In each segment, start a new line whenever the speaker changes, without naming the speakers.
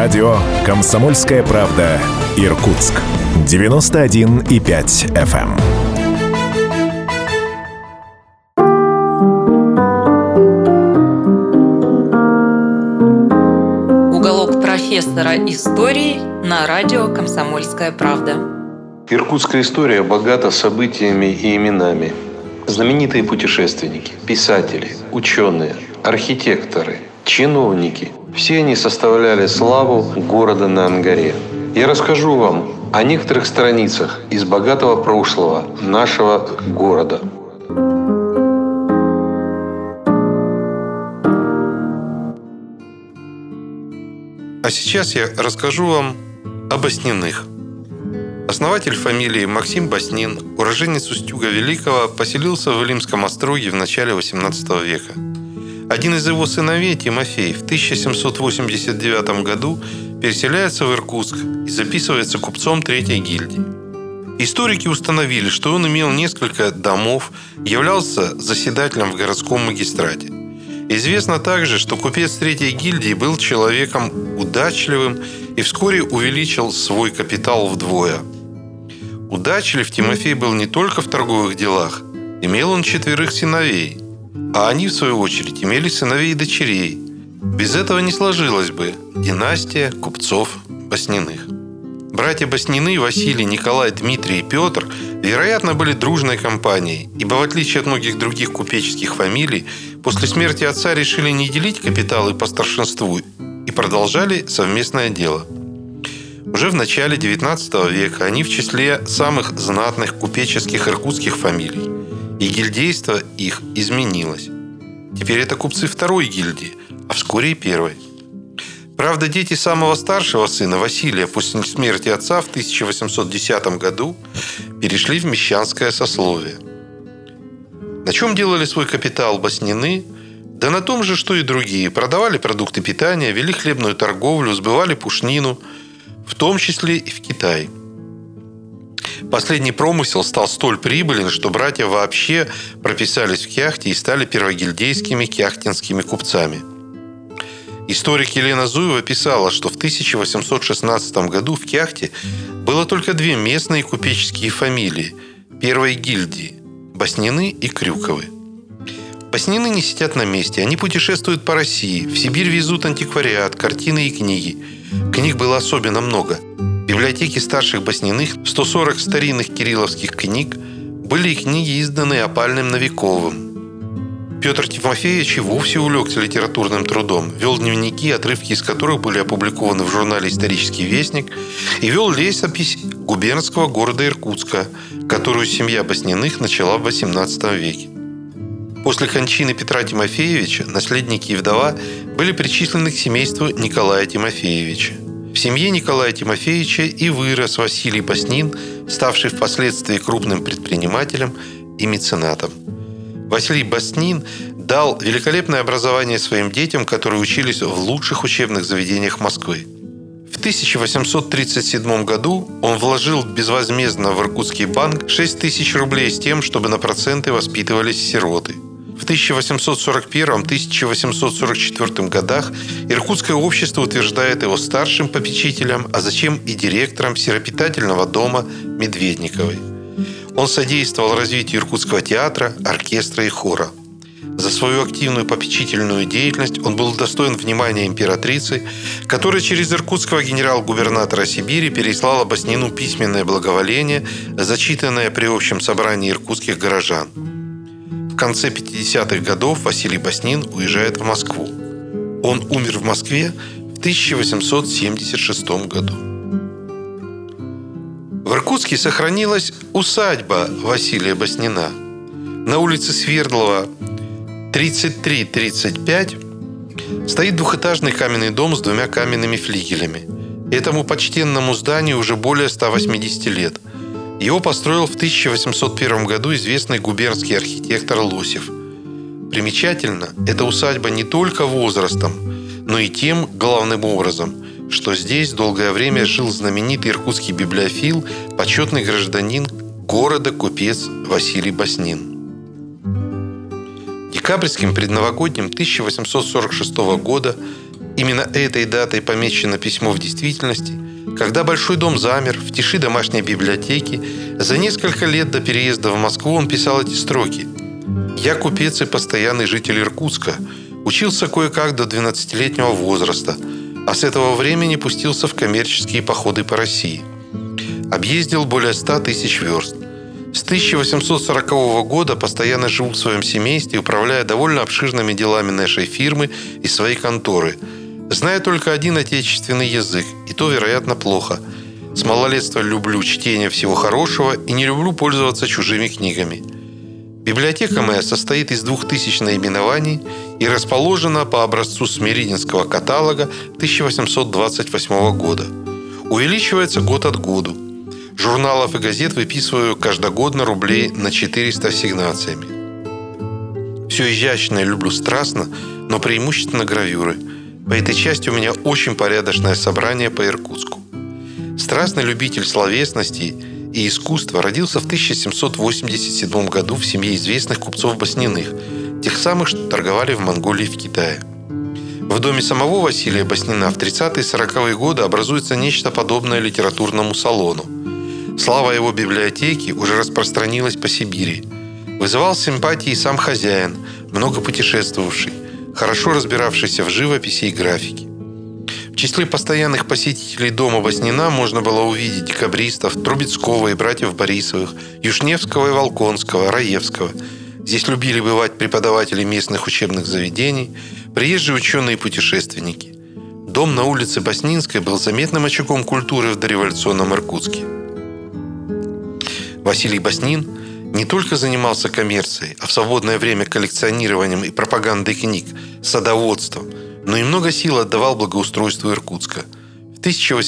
Радио «Комсомольская правда». Иркутск. 91,5 FM.
Уголок профессора истории на радио «Комсомольская правда».
Иркутская история богата событиями и именами. Знаменитые путешественники, писатели, ученые, архитекторы, чиновники – все они составляли славу города на Ангаре. Я расскажу вам о некоторых страницах из богатого прошлого нашего города.
А сейчас я расскажу вам о Басниных. Основатель фамилии Максим Баснин, уроженец Устюга Великого, поселился в Илимском Остроге в начале XVIII века. Один из его сыновей, Тимофей, в 1789 году переселяется в Иркутск и записывается купцом Третьей гильдии. Историки установили, что он имел несколько домов, являлся заседателем в городском магистрате. Известно также, что купец Третьей гильдии был человеком удачливым и вскоре увеличил свой капитал вдвое. Удачлив Тимофей был не только в торговых делах, имел он 4 сыновей, а они, в свою очередь, имели сыновей и дочерей. Без этого не сложилась бы династия купцов Басниных. Братья Баснины, Василий, Николай, Дмитрий и Петр, вероятно, были дружной компанией, ибо, в отличие от многих других купеческих фамилий, после смерти отца решили не делить капиталы по старшинству и продолжали совместное дело. Уже в начале XIX века они в числе самых знатных купеческих иркутских фамилий, и гильдейство их изменилось. Теперь это купцы второй гильдии, а вскоре и первой. Правда, дети самого старшего сына, Василия, после смерти отца в 1810 году перешли в мещанское сословие. На чем делали свой капитал Баснины? Да на том же, что и другие. Продавали продукты питания, вели хлебную торговлю, сбывали пушнину, в том числе и в Китай. Последний промысел стал столь прибылен, что братья вообще прописались в Кяхте и стали первогильдейскими кяхтинскими купцами. Историк Елена Зуева писала, что в 1816 году в Кяхте было только 2 местные купеческие фамилии первой гильдии – Баснины и Крюковы. Баснины не сидят на месте, они путешествуют по России, в Сибирь везут антиквариат, картины и книги. Книг было особенно много. В библиотеке старших Басниных 140 старинных кирилловских книг, были и книги, изданные Опальным Новиковым. Петр Тимофеевич и вовсе увлекся литературным трудом, вел дневники, отрывки из которых были опубликованы в журнале «Исторический вестник», и вел летопись губернского города Иркутска, которую семья Басниных начала в XVIII веке. После кончины Петра Тимофеевича наследники и вдова были причислены к семейству Николая Тимофеевича. В семье Николая Тимофеевича и вырос Василий Баснин, ставший впоследствии крупным предпринимателем и меценатом. Василий Баснин дал великолепное образование своим детям, которые учились в лучших учебных заведениях Москвы. В 1837 году он вложил безвозмездно в Иркутский банк 6 тысяч рублей с тем, чтобы на проценты воспитывались сироты. В 1841-1844 годах Иркутское общество утверждает его старшим попечителем, а затем и директором сиропитательного дома Медведниковой. Он содействовал развитию Иркутского театра, оркестра и хора. За свою активную попечительную деятельность он был удостоен внимания императрицы, которая через иркутского генерал-губернатора Сибири переслала Баснину письменное благоволение, зачитанное при общем собрании иркутских горожан. В конце 50-х годов Василий Баснин уезжает в Москву. Он умер в Москве в 1876 году. В Иркутске сохранилась усадьба Василия Баснина. На улице Свердлова 33-35 стоит двухэтажный каменный дом с 2 каменными флигелями. Этому почтенному зданию уже более 180 лет. Его построил в 1801 году известный губернский архитектор Лосев. Примечательно, эта усадьба не только возрастом, но и тем главным образом, что здесь долгое время жил знаменитый иркутский библиофил, почетный гражданин города купец Василий Баснин. Декабрьским предновогодним 1846 года Именно этой датой помечено письмо в действительности, когда Большой дом замер в тиши домашней библиотеки. За несколько лет до переезда в Москву он писал эти строки: «Я купец и постоянный житель Иркутска, учился кое-как до 12-летнего возраста, а с этого времени пустился в коммерческие походы по России. Объездил более 100 тысяч верст. С 1840 года постоянно живу в своем семействе, управляя довольно обширными делами нашей фирмы и своей конторы. Знаю только один отечественный язык, и то, вероятно, плохо. С малолетства люблю чтение всего хорошего и не люблю пользоваться чужими книгами. Библиотека моя состоит из 2000 наименований и расположена по образцу Смиридинского каталога 1828 года. Увеличивается год от году. Журналов и газет выписываю каждогодно рублей на 400 ассигнациями. Все изящное люблю страстно, но преимущественно гравюры. По этой части у меня очень порядочное собрание по Иркутску. Страстный любитель словесности и искусства, родился в 1787 году в семье известных купцов Басниных, тех самых, что торговали в Монголии и в Китае. В доме самого Василия Баснина в 30-е и 40-е годы образуется нечто подобное литературному салону. Слава его библиотеки уже распространилась по Сибири. Вызывал симпатии сам хозяин, много путешествовавший, хорошо разбиравшийся в живописи и графике. В числе постоянных посетителей дома Баснина можно было увидеть декабристов, Трубецкого и братьев Борисовых, Юшневского и Волконского, Раевского. Здесь любили бывать преподаватели местных учебных заведений, приезжие ученые и путешественники. Дом на улице Баснинской был заметным очагом культуры в дореволюционном Иркутске. Василий Баснин не только занимался коммерцией, а в свободное время коллекционированием и пропагандой книг, садоводством, но и много сил отдавал благоустройству Иркутска. В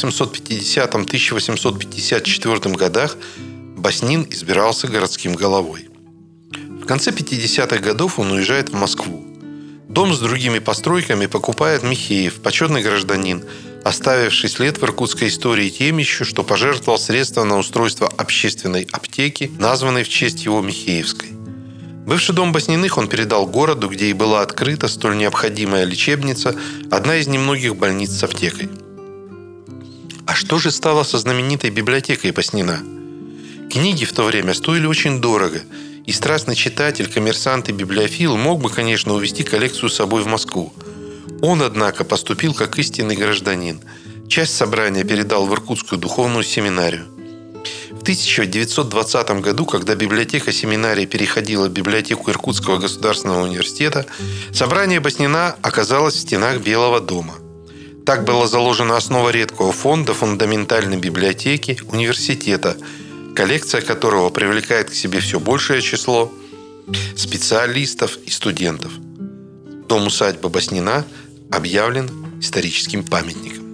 1850-1854 годах Баснин избирался городским головой. В конце 50-х годов он уезжает в Москву. Дом с другими постройками покупает Михеев, почетный гражданин, оставивший след в иркутской истории тем еще, что пожертвовал средства на устройство общественной аптеки, названной в честь его Михеевской. Бывший дом Басниных он передал городу, где и была открыта столь необходимая лечебница, одна из немногих больниц с аптекой. А что же стало со знаменитой библиотекой Баснина? Книги в то время стоили очень дорого, и страстный читатель, коммерсант и библиофил мог бы, конечно, увезти коллекцию с собой в Москву. Он, однако, поступил как истинный гражданин. Часть собрания передал в Иркутскую духовную семинарию. В 1920 году, когда библиотека семинарии переходила в библиотеку Иркутского государственного университета, собрание Баснина оказалось в стенах Белого дома. Так была заложена основа редкого фонда фундаментальной библиотеки университета, коллекция которого привлекает к себе все большее число специалистов и студентов. Дом-усадьба Баснина объявлен историческим памятником.